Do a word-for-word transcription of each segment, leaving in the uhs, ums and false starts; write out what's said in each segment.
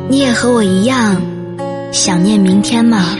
你也和我一样想念明天吗？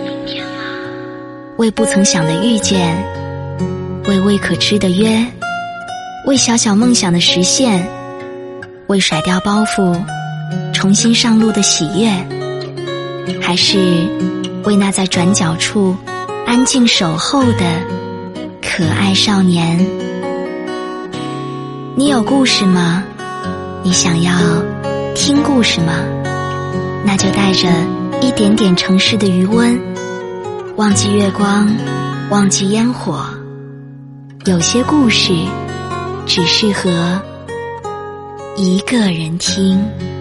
为不曾想的遇见，为未可知的约，为小小梦想的实现，为甩掉包袱重新上路的喜悦，还是为那在转角处安静守候的可爱少年？你有故事吗？你想要听故事吗？那就带着一点点城市的余温，忘记月光，忘记烟火，有些故事只适合一个人听。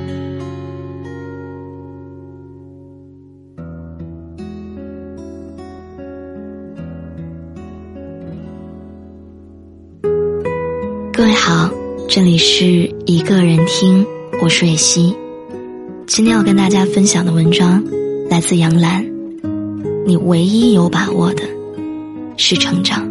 各位好，这里是一个人听，我是蕊希。今天要跟大家分享的文章来自杨澜。你唯一有把握的是成长。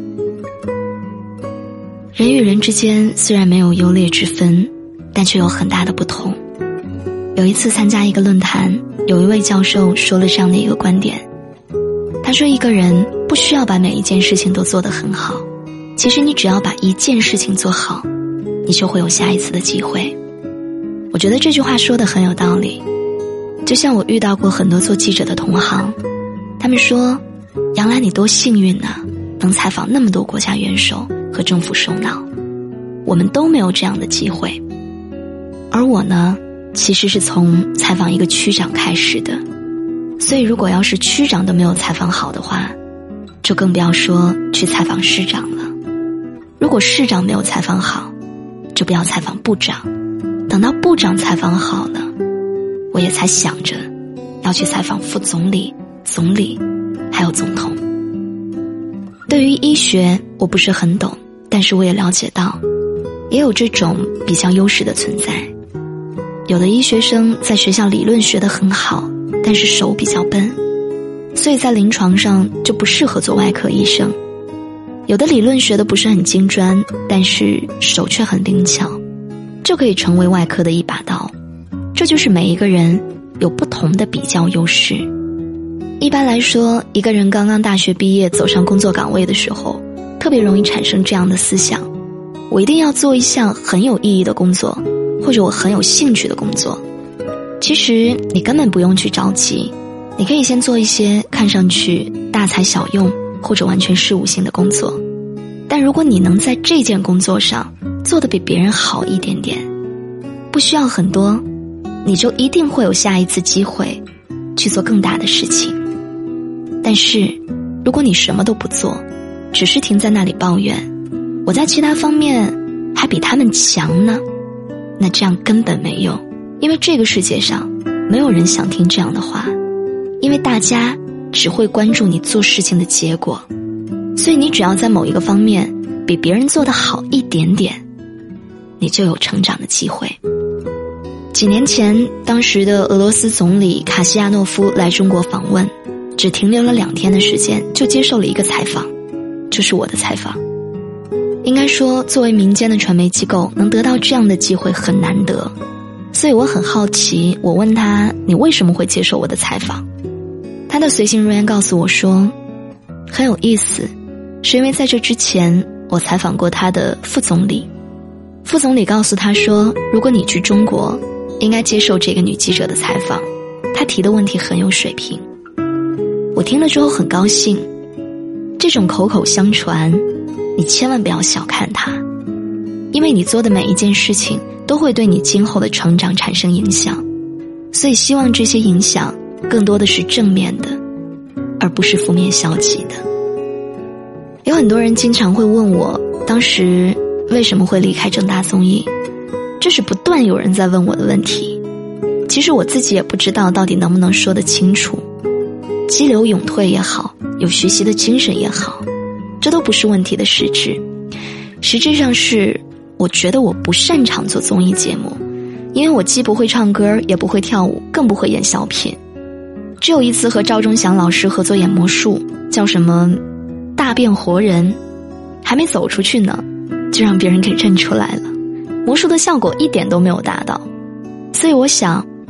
人与人之间虽然没有优劣之分，但却有很大的不同。有一次参加一个论坛，有一位教授说了这样的一个观点。他说一个人不需要把每一件事情都做得很好，其实你只要把一件事情做好，你就会有下一次的机会。我觉得这句话说得很有道理。就像我遇到过很多做记者的同行，他们说杨澜你多幸运啊，能采访那么多国家元首和政府首脑，我们都没有这样的机会。而我呢，其实是从采访一个区长开始的，所以如果要是区长都没有采访好的话，就更不要说去采访市长了。如果市长没有采访好，就不要采访部长，等到部长采访好了，我也才想着要去采访副总理、总理还有总统。对于医学我不是很懂，但是我也了解到也有这种比较优势的存在。有的医学生在学校理论学得很好，但是手比较笨，所以在临床上就不适合做外科医生。有的理论学得不是很精专，但是手却很灵巧，就可以成为外科的一把刀。这就是每一个人有不同的比较优势。一般来说，一个人刚刚大学毕业走上工作岗位的时候，特别容易产生这样的思想：我一定要做一项很有意义的工作，或者我很有兴趣的工作。其实你根本不用去着急，你可以先做一些看上去大材小用或者完全事务性的工作。但如果你能在这件工作上做得比别人好一点点，不需要很多，你就一定会有下一次机会去做更大的事情。但是如果你什么都不做，只是停在那里抱怨我在其他方面还比他们强呢，那这样根本没用。因为这个世界上没有人想听这样的话，因为大家只会关注你做事情的结果。所以你只要在某一个方面比别人做得好一点点，你就有成长的机会。几年前，当时的俄罗斯总理卡西亚诺夫来中国访问，只停留了两天的时间就接受了一个采访，就是我的采访。应该说作为民间的传媒机构能得到这样的机会很难得，所以我很好奇，我问他你为什么会接受我的采访。他的随行人员告诉我说，很有意思，是因为在这之前我采访过他的副总理，副总理告诉他说，如果你去中国应该接受这个女记者的采访，她提的问题很有水平。我听了之后很高兴，这种口口相传你千万不要小看它，因为你做的每一件事情都会对你今后的成长产生影响，所以希望这些影响更多的是正面的，而不是负面消极的。有很多人经常会问我当时为什么会离开正大综艺，这是不断有人在问我的问题。其实我自己也不知道到底能不能说得清楚，激流勇退也好，有学习的精神也好，这都不是问题的实质。实质上是我觉得我不擅长做综艺节目，因为我既不会唱歌，也不会跳舞，更不会演小品。只有一次和赵忠祥老师合作演魔术，叫什么大变活人，还没走出去呢，就让别人给认出来了。魔术的效果一点都没有达到，所以我想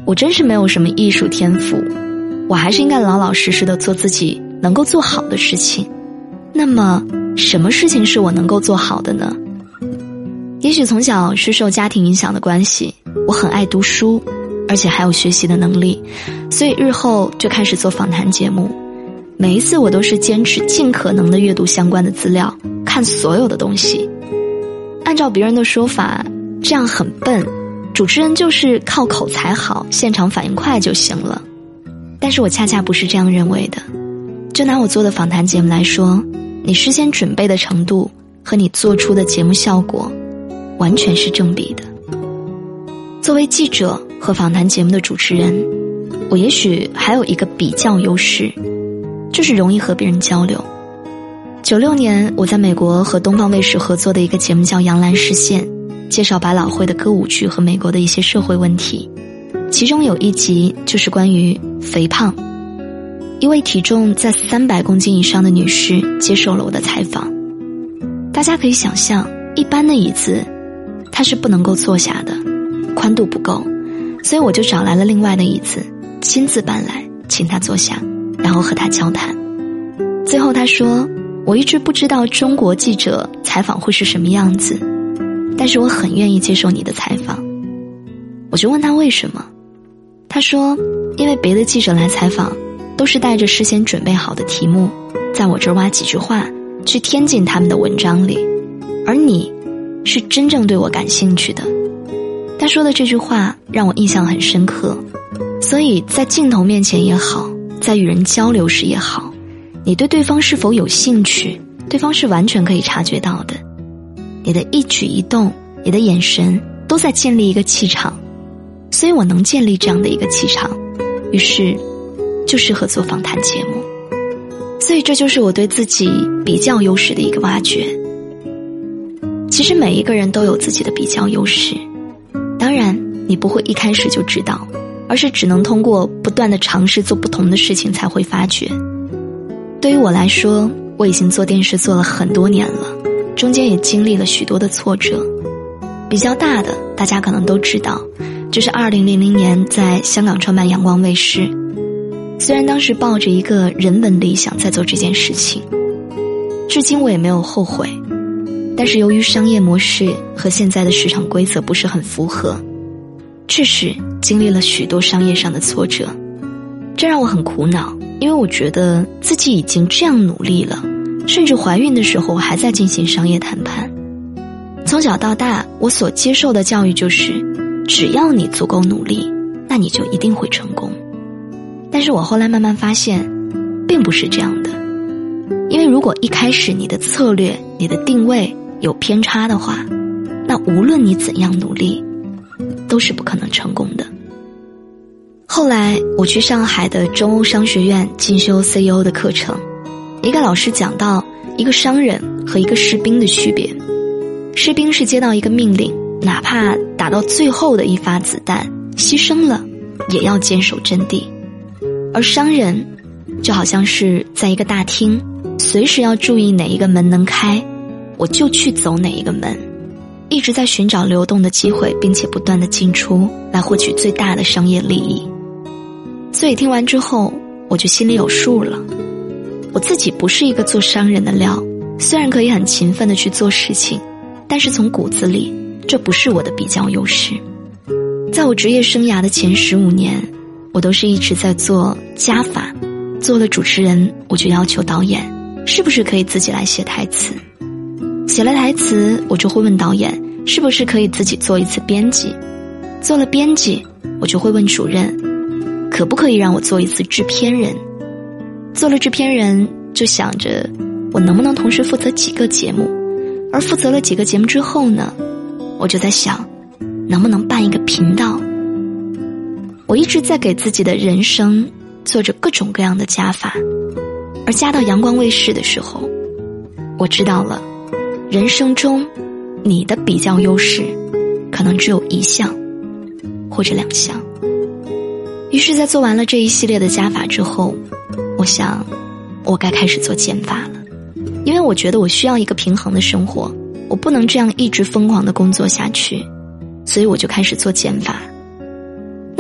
我真是没有什么艺术天赋，我还是应该老老实实的做自己能够做好的事情。那么什么事情是我能够做好的呢？也许从小是受家庭影响的关系，我很爱读书，而且还有学习的能力，所以日后就开始做访谈节目。每一次我都是坚持尽可能的阅读相关的资料，看所有的东西。按照别人的说法，这样很笨，主持人就是靠口才好，现场反应快就行了。但是我恰恰不是这样认为的。就拿我做的访谈节目来说，你事先准备的程度和你做出的节目效果完全是正比的。作为记者和访谈节目的主持人，我也许还有一个比较优势，就是容易和别人交流。九六年我在美国和东方卫视合作的一个节目叫《杨澜视线》，介绍百老汇的歌舞剧和美国的一些社会问题，其中有一集就是关于肥胖。一位体重在三百公斤以上的女士接受了我的采访。大家可以想象，一般的椅子她是不能够坐下的，宽度不够，所以我就找来了另外的椅子，亲自搬来请她坐下，然后和她交谈。最后她说，我一直不知道中国记者采访会是什么样子，但是我很愿意接受你的采访。我就问她为什么，她说因为别的记者来采访都是带着事先准备好的题目，在我这儿挖几句话去添进他们的文章里，而你是真正对我感兴趣的。他说的这句话让我印象很深刻，所以在镜头面前也好，在与人交流时也好，你对对方是否有兴趣，对方是完全可以察觉到的。你的一举一动，你的眼神都在建立一个气场，所以我能建立这样的一个气场，于是就适合做访谈节目。所以这就是我对自己比较优势的一个挖掘。其实每一个人都有自己的比较优势，当然你不会一开始就知道，而是只能通过不断的尝试做不同的事情才会发觉。对于我来说，我已经做电视做了很多年了，中间也经历了许多的挫折。比较大的大家可能都知道，就是二零零零年在香港创办阳光卫视。虽然当时抱着一个人文理想在做这件事情，至今我也没有后悔，但是由于商业模式和现在的市场规则不是很符合，致使经历了许多商业上的挫折。这让我很苦恼，因为我觉得自己已经这样努力了，甚至怀孕的时候还在进行商业谈判。从小到大，我所接受的教育就是，只要你足够努力，那你就一定会成功。但是我后来慢慢发现，并不是这样的。因为如果一开始你的策略、你的定位有偏差的话，那无论你怎样努力，都是不可能成功的。后来我去上海的中欧商学院进修 C E O 的课程，一个老师讲到一个商人和一个士兵的区别。士兵是接到一个命令，哪怕打到最后的一发子弹，牺牲了，也要坚守阵地。而商人就好像是在一个大厅，随时要注意哪一个门能开，我就去走哪一个门，一直在寻找流动的机会，并且不断的进出，来获取最大的商业利益。所以听完之后，我就心里有数了。我自己不是一个做商人的料，虽然可以很勤奋的去做事情，但是从骨子里，这不是我的比较优势。在我职业生涯的前十五年，我都是一直在做加法。做了主持人，我就要求导演是不是可以自己来写台词。写了台词，我就会问导演是不是可以自己做一次编辑。做了编辑，我就会问主任可不可以让我做一次制片人。做了制片人，就想着我能不能同时负责几个节目。而负责了几个节目之后呢，我就在想能不能办一个频道。我一直在给自己的人生做着各种各样的加法，而加到阳光卫视的时候，我知道了人生中你的比较优势可能只有一项或者两项。于是在做完了这一系列的加法之后，我想我该开始做减法了。因为我觉得我需要一个平衡的生活，我不能这样一直疯狂的工作下去，所以我就开始做减法。那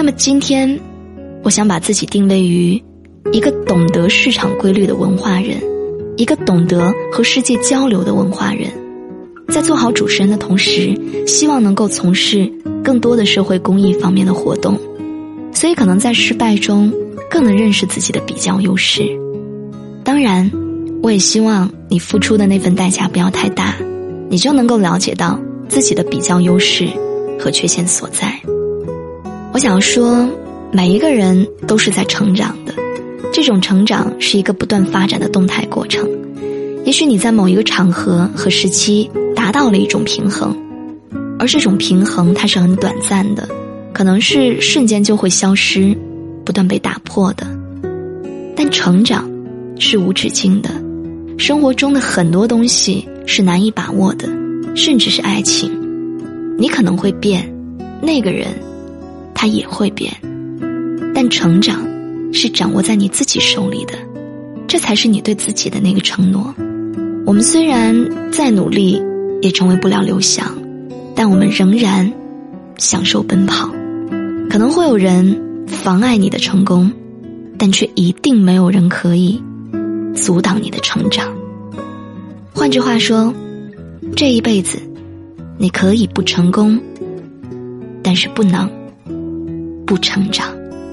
那么今天我想把自己定位于一个懂得市场规律的文化人，一个懂得和世界交流的文化人，在做好主持人的同时，希望能够从事更多的社会公益方面的活动，所以可能在失败中更能认识自己的比较优势。当然我也希望你付出的那份代价不要太大，你就能够了解到自己的比较优势和缺陷所在。我想说，每一个人都是在成长的，这种成长是一个不断发展的动态过程。也许你在某一个场合和时期达到了一种平衡，而这种平衡它是很短暂的，可能是瞬间就会消失，不断被打破的。但成长是无止境的，生活中的很多东西是难以把握的，甚至是爱情。你可能会变，那个人他也会变，但成长是掌握在你自己手里的，这才是你对自己的那个承诺。我们虽然再努力也成为不了刘翔，但我们仍然享受奔跑。可能会有人妨碍你的成功，但却一定没有人可以阻挡你的成长。换句话说，这一辈子你可以不成功，但是不能不成长。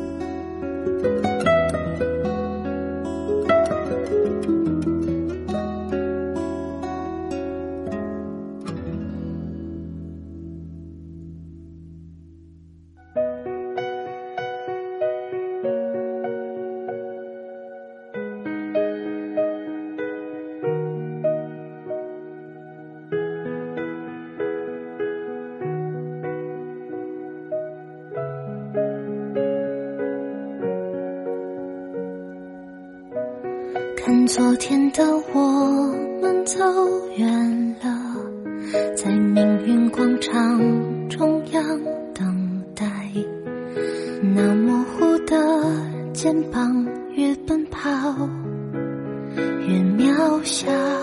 看昨天的我们走远了，在命运广场中央等待，那模糊的肩膀越奔跑越渺小，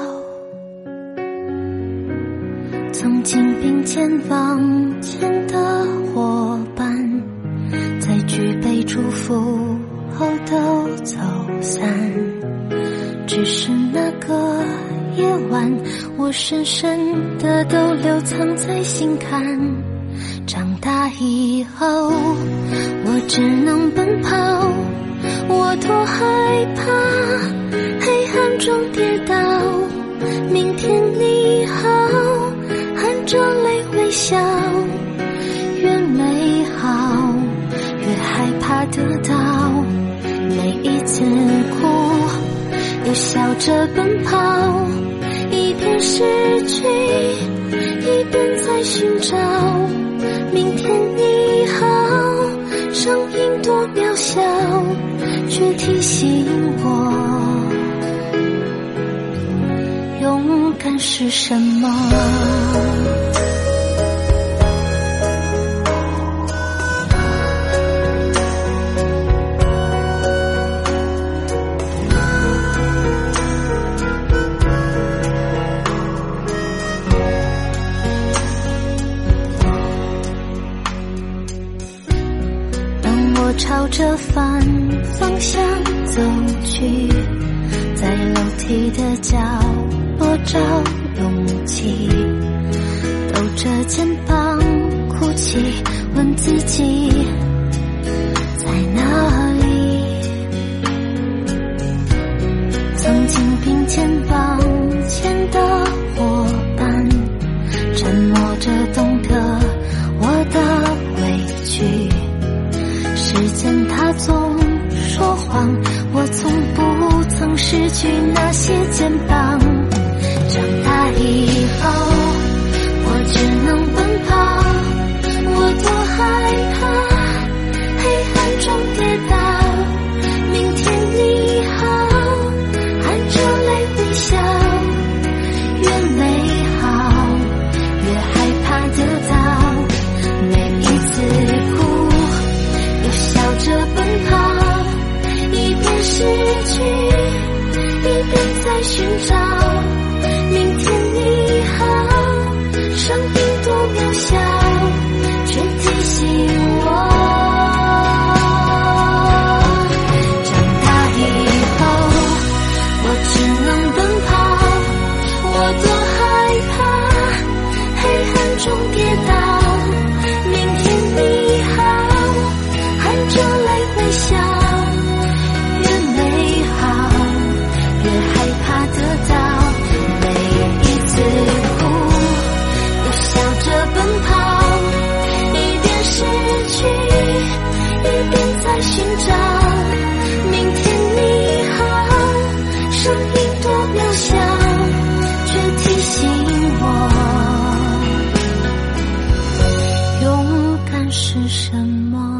曾经并肩往前的伙伴，在举杯祝福后都走散，只是那个夜晚，我深深的都留藏在心坎。长大以后，我只能奔跑，我多害怕黑暗中跌倒。明天你好，含着泪微笑，越美好越害怕得到，每一次哭又笑着奔跑，一边失去一边在寻找。明天你好，声音多渺小，却提醒我勇敢是什么。朝着反方向走去，在楼梯的角落找勇气，抖着肩膀哭泣，问自己在哪里。曾经并肩往前的伙伴，沉默着懂得我的委屈，时间它总说谎，我从不曾失去那些肩膀。长大以后，我只能奔跑，我多害怕黑暗中跌倒。明天你好，含着泪微笑，越美好越害怕得到，每一次哭又笑着奔跑，一边失去一边在寻找。明天你好，声音多渺小，却提醒我在寻找明天你好，声音多渺小，却提醒我，勇敢是什么。